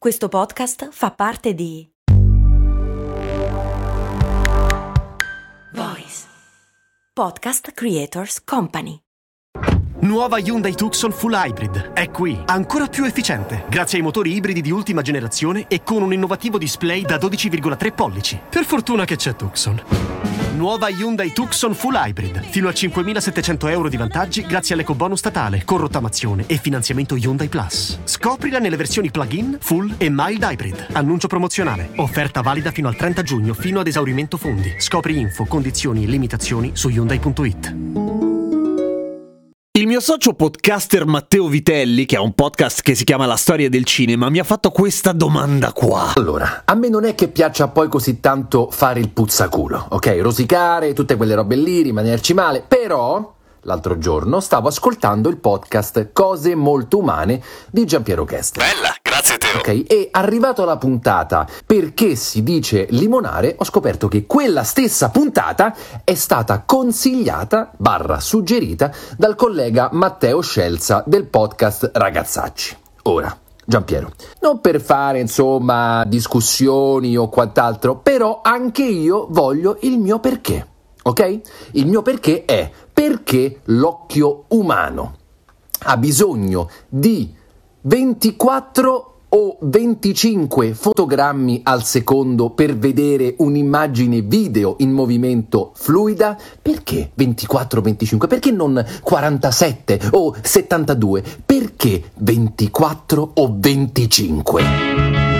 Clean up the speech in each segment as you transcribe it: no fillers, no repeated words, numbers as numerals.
Questo podcast fa parte di Voice Podcast Creators Company. Nuova Hyundai Tucson Full Hybrid è qui, ancora più efficiente, grazie ai motori ibridi di ultima generazione e con un innovativo display da 12,3 pollici. Per fortuna che c'è Tucson. Nuova Hyundai Tucson Full Hybrid, fino a 5.700 euro di vantaggi grazie all'ecobonus statale, con rottamazione e finanziamento Hyundai Plus. Scoprila nelle versioni plug-in, full e mild hybrid. Annuncio promozionale. Offerta valida fino al 30 giugno, fino ad esaurimento fondi. Scopri info, condizioni e limitazioni su Hyundai.it. Il mio socio podcaster Matteo Vitelli, che ha un podcast che si chiama La Storia del Cinema, mi ha fatto questa domanda qua. Allora, a me non è che piaccia poi così tanto fare il puzzaculo, ok? Rosicare, tutte quelle robe lì, rimanerci male, però l'altro giorno stavo ascoltando il podcast Cose Molto Umane di Giampiero Kester. Bella, grazie Teo. Ok, e arrivato alla puntata Perché si dice limonare, ho scoperto che quella stessa puntata è stata consigliata / suggerita dal collega Matteo Scelza del podcast Ragazzacci. Ora, Giampiero, non per fare insomma discussioni o quant'altro, però anche io voglio il mio perché, ok? Il mio perché è perché l'occhio umano ha bisogno di 24 o 25 fotogrammi al secondo per vedere un'immagine video in movimento fluida? Perché 24-25? Perché non 47 o 72? Perché 24 o 25?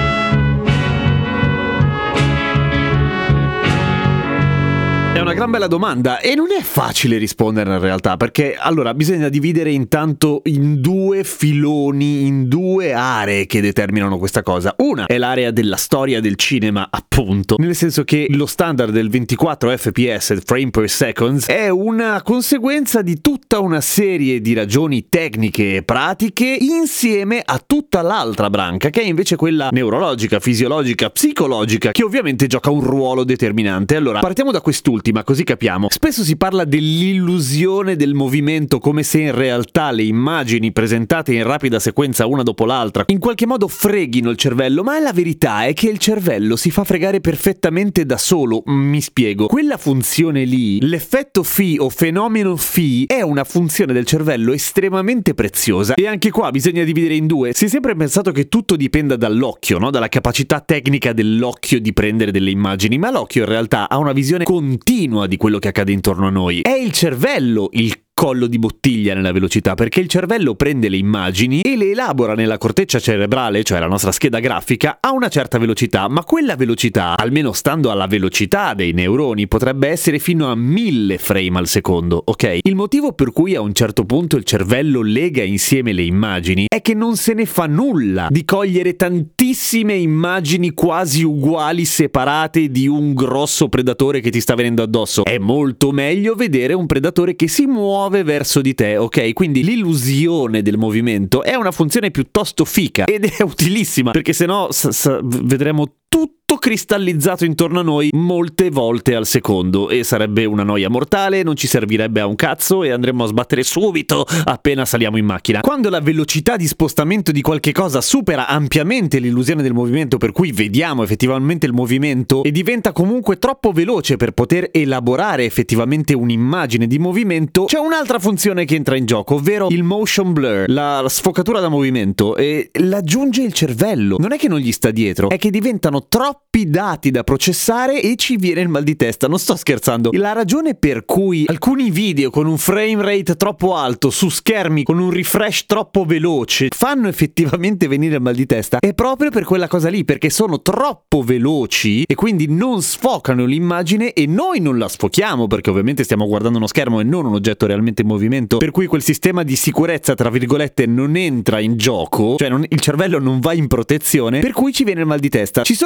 È una gran bella domanda e non è facile rispondere in realtà, perché allora bisogna dividere intanto in due filoni, in due aree che determinano questa cosa. Una è l'area della storia del cinema, appunto, nel senso che lo standard del 24 fps, frame per seconds, è una conseguenza di tutta una serie di ragioni tecniche e pratiche insieme a tutta l'altra branca, che è invece quella neurologica, fisiologica, psicologica, che ovviamente gioca un ruolo determinante. Allora, partiamo da quest'ultima, così capiamo. Spesso si parla dell'illusione del movimento, come se in realtà le immagini presentate in rapida sequenza una dopo l'altra in qualche modo freghino il cervello, ma la verità è che il cervello si fa fregare perfettamente da solo. Mi spiego. Quella funzione lì, l'effetto phi o fenomeno phi, è una funzione del cervello estremamente preziosa, e anche qua bisogna dividere in due. Si è sempre pensato che tutto dipenda dall'occhio, no? Dalla capacità tecnica dell'occhio di prendere delle immagini, ma l'occhio in realtà ha una visione continua di quello che accade intorno a noi. È il cervello il collo di bottiglia nella velocità, perché il cervello prende le immagini e le elabora nella corteccia cerebrale, cioè la nostra scheda grafica, a una certa velocità, ma quella velocità, almeno stando alla velocità dei neuroni, potrebbe essere fino a 1000 frame al secondo, ok? Il motivo per cui a un certo punto il cervello lega insieme le immagini è che non se ne fa nulla di cogliere tantissime immagini quasi uguali, separate, di un grosso predatore che ti sta venendo addosso. È molto meglio vedere un predatore che si muove verso di te, ok? Quindi l'illusione del movimento è una funzione piuttosto fica ed è utilissima, perché sennò vedremo tutto cristallizzato intorno a noi molte volte al secondo e sarebbe una noia mortale, non ci servirebbe a un cazzo e andremmo a sbattere subito appena saliamo in macchina. Quando la velocità di spostamento di qualche cosa supera ampiamente l'illusione del movimento, per cui vediamo effettivamente il movimento, e diventa comunque troppo veloce per poter elaborare effettivamente un'immagine di movimento, c'è un'altra funzione che entra in gioco, ovvero il motion blur, la sfocatura da movimento, e l'aggiunge il cervello. Non è che non gli sta dietro, è che diventano troppi dati da processare e ci viene il mal di testa. Non sto scherzando. La ragione per cui alcuni video con un frame rate troppo alto su schermi con un refresh troppo veloce fanno effettivamente venire il mal di testa è proprio per quella cosa lì, perché sono troppo veloci e quindi non sfocano l'immagine e noi non la sfochiamo, perché ovviamente stiamo guardando uno schermo e non un oggetto realmente in movimento, per cui quel sistema di sicurezza tra virgolette non entra in gioco, cioè il cervello non va in protezione, per cui ci viene il mal di testa. Ci sono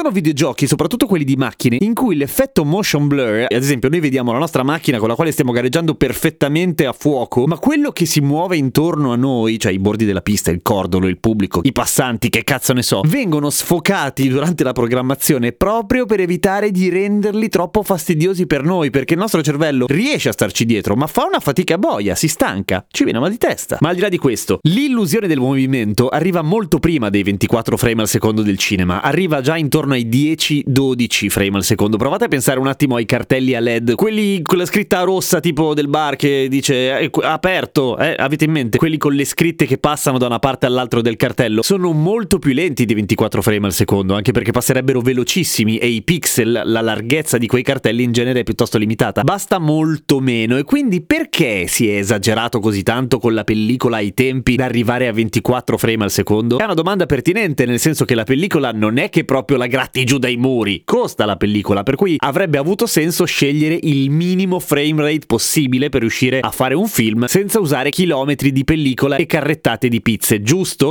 sono videogiochi, soprattutto quelli di macchine, in cui l'effetto motion blur, ad esempio noi vediamo la nostra macchina con la quale stiamo gareggiando perfettamente a fuoco, ma quello che si muove intorno a noi, cioè i bordi della pista, il cordolo, il pubblico, i passanti, che cazzo ne so, vengono sfocati durante la programmazione proprio per evitare di renderli troppo fastidiosi per noi, perché il nostro cervello riesce a starci dietro, ma fa una fatica boia, si stanca, ci viene mal di testa. Ma al di là di questo, l'illusione del movimento arriva molto prima dei 24 frame al secondo del cinema, arriva già intorno ai 10-12 frame al secondo. Provate a pensare un attimo ai cartelli a LED, quelli con la scritta rossa tipo del bar che dice aperto, avete in mente? Quelli con le scritte che passano da una parte all'altra del cartello sono molto più lenti di 24 frame al secondo, anche perché passerebbero velocissimi e i pixel, la larghezza di quei cartelli in genere è piuttosto limitata, basta molto meno. E quindi perché si è esagerato così tanto con la pellicola ai tempi da arrivare a 24 frame al secondo? È una domanda pertinente, nel senso che la pellicola non è che proprio la gratti giù dai muri, costa la pellicola, per cui avrebbe avuto senso scegliere il minimo frame rate possibile per riuscire a fare un film senza usare chilometri di pellicola e carrettate di pizze, giusto?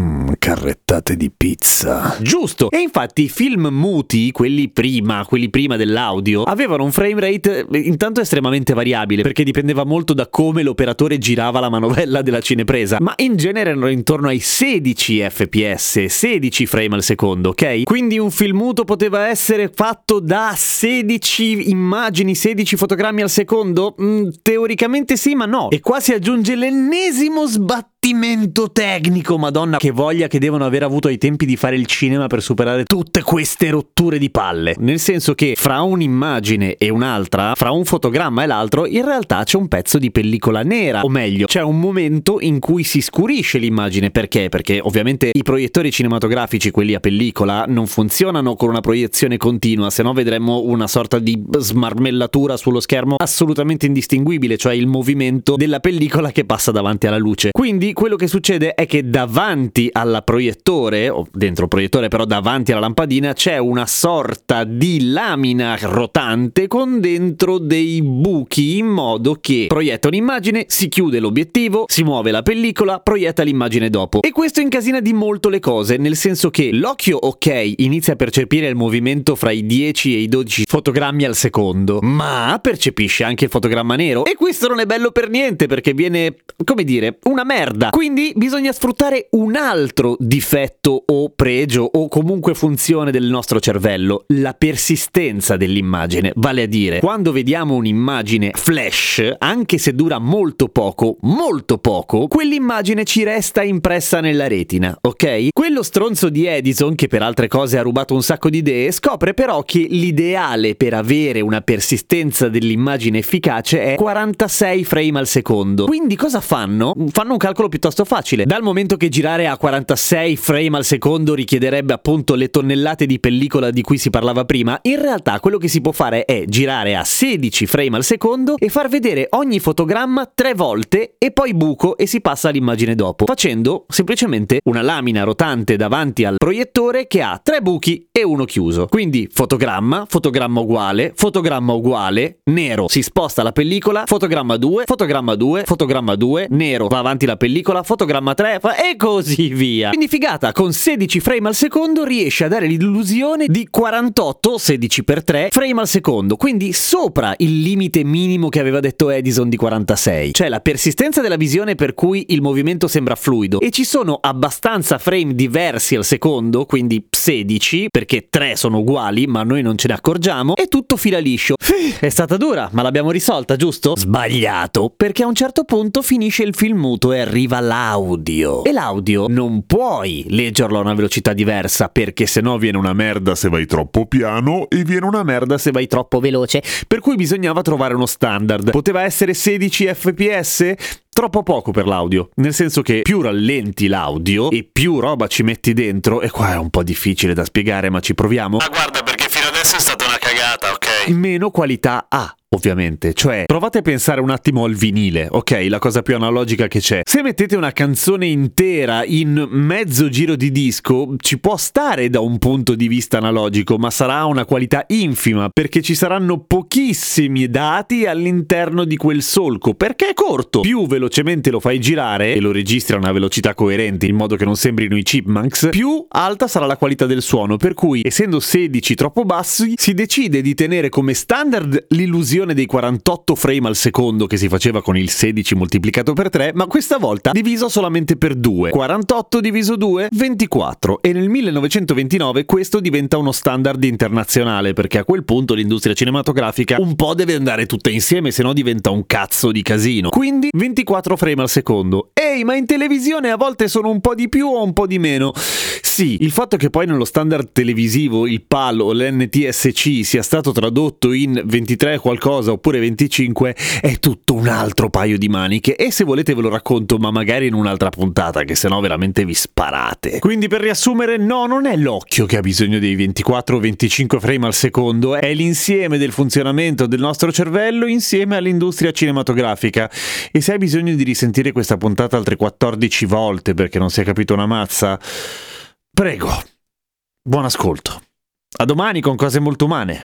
Carrettate di pizza. Giusto! E infatti i film muti, quelli prima dell'audio, avevano un frame rate intanto estremamente variabile, perché dipendeva molto da come l'operatore girava la manovella della cinepresa, ma in genere erano intorno ai 16 fps, 16 frame al secondo, ok? Quindi un film muto poteva essere fatto da 16 immagini, 16 fotogrammi al secondo? Teoricamente sì, ma no. E qua si aggiunge l'ennesimo sbattimento tecnico, madonna che voglia che devono aver avuto ai tempi di fare il cinema per superare tutte queste rotture di palle. Nel senso che fra un'immagine e un'altra, fra un fotogramma e l'altro, in realtà c'è un pezzo di pellicola nera, o meglio, c'è un momento in cui si scurisce l'immagine. Perché? Perché ovviamente i proiettori cinematografici, quelli a pellicola, non funzionano con una proiezione continua, se no vedremmo una sorta di smarmellatura sullo schermo assolutamente indistinguibile, cioè il movimento della pellicola che passa davanti alla luce. Quindi quello che succede è che davanti alla proiettore, o dentro il proiettore però davanti alla lampadina, c'è una sorta di lamina rotante con dentro dei buchi, in modo che proietta un'immagine, si chiude l'obiettivo, si muove la pellicola, proietta l'immagine dopo. E questo incasina di molto le cose, nel senso che l'occhio, ok, inizia a percepire il movimento fra i 10 e i 12 fotogrammi al secondo, ma percepisce anche il fotogramma nero, e questo non è bello per niente, perché viene, come dire, una merda. Quindi bisogna sfruttare un altro difetto o pregio o comunque funzione del nostro cervello, la persistenza dell'immagine. Vale a dire, quando vediamo un'immagine flash, anche se dura molto poco, quell'immagine ci resta impressa nella retina, ok? Quello stronzo di Edison, che per altre cose ha rubato un sacco di idee, scopre però che l'ideale per avere una persistenza dell'immagine efficace è 46 frame al secondo. Quindi cosa fanno? Fanno un calcolo piuttosto facile. Dal momento che girare a 46 frame al secondo richiederebbe appunto le tonnellate di pellicola di cui si parlava prima, in realtà quello che si può fare è girare a 16 frame al secondo e far vedere ogni fotogramma 3 volte e poi buco e si passa all'immagine dopo, facendo semplicemente una lamina rotante davanti al proiettore che ha 3 buchi e uno chiuso. Quindi fotogramma uguale, nero, si sposta la pellicola, fotogramma 2, nero, va avanti la pellicola, fotogramma 3 e così via. Quindi figata, con 16 frame al secondo riesce a dare l'illusione di 48, 16 per 3, frame al secondo, quindi sopra il limite minimo che aveva detto Edison di 46. C'è la persistenza della visione per cui il movimento sembra fluido, e ci sono abbastanza frame diversi al secondo, quindi 16, perché 3 sono uguali ma noi non ce ne accorgiamo, e tutto fila liscio. È stata dura, ma l'abbiamo risolta, giusto? Sbagliato, perché a un certo punto finisce il film muto e arriva l'audio. E l'audio non puoi leggerlo a una velocità diversa, perché sennò viene una merda se vai troppo piano e viene una merda se vai troppo veloce. Per cui bisognava trovare uno standard. Poteva essere 16 fps? Troppo poco per l'audio, nel senso che più rallenti l'audio e più roba ci metti dentro, e qua è un po' difficile da spiegare, ma ci proviamo. Ma guarda, perché fino adesso è stata una cagata, ok? Meno qualità ha. ovviamente. Cioè, provate a pensare un attimo al vinile, ok? La cosa più analogica che c'è. Se mettete una canzone intera in mezzo giro di disco, ci può stare da un punto di vista analogico, ma sarà una qualità infima, perché ci saranno pochissimi dati all'interno di quel solco, perché è corto. Più velocemente lo fai girare e lo registri a una velocità coerente, in modo che non sembrino i Chipmunks, più alta sarà la qualità del suono, per cui, essendo 16 troppo bassi, si decide di tenere come standard l'illusione dei 48 frame al secondo che si faceva con il 16 moltiplicato per 3, ma questa volta diviso solamente per 2. 48 diviso 2, 24. E nel 1929 questo diventa uno standard internazionale, perché a quel punto l'industria cinematografica un po' deve andare tutta insieme, se no diventa un cazzo di casino. Quindi 24 frame al secondo. Ehi, ma in televisione a volte sono un po' di più o un po' di meno? Sì, il fatto che poi nello standard televisivo il PAL o l'NTSC sia stato tradotto in 23 qualcosa oppure 25 è tutto un altro paio di maniche, e se volete ve lo racconto, ma magari in un'altra puntata, che sennò veramente vi sparate. Quindi, per riassumere, no, non è l'occhio che ha bisogno dei 24 o 25 frame al secondo, è l'insieme del funzionamento del nostro cervello insieme all'industria cinematografica. E se hai bisogno di risentire questa puntata altre 14 volte perché non si è capito una mazza, prego, buon ascolto. A domani con cose molto umane.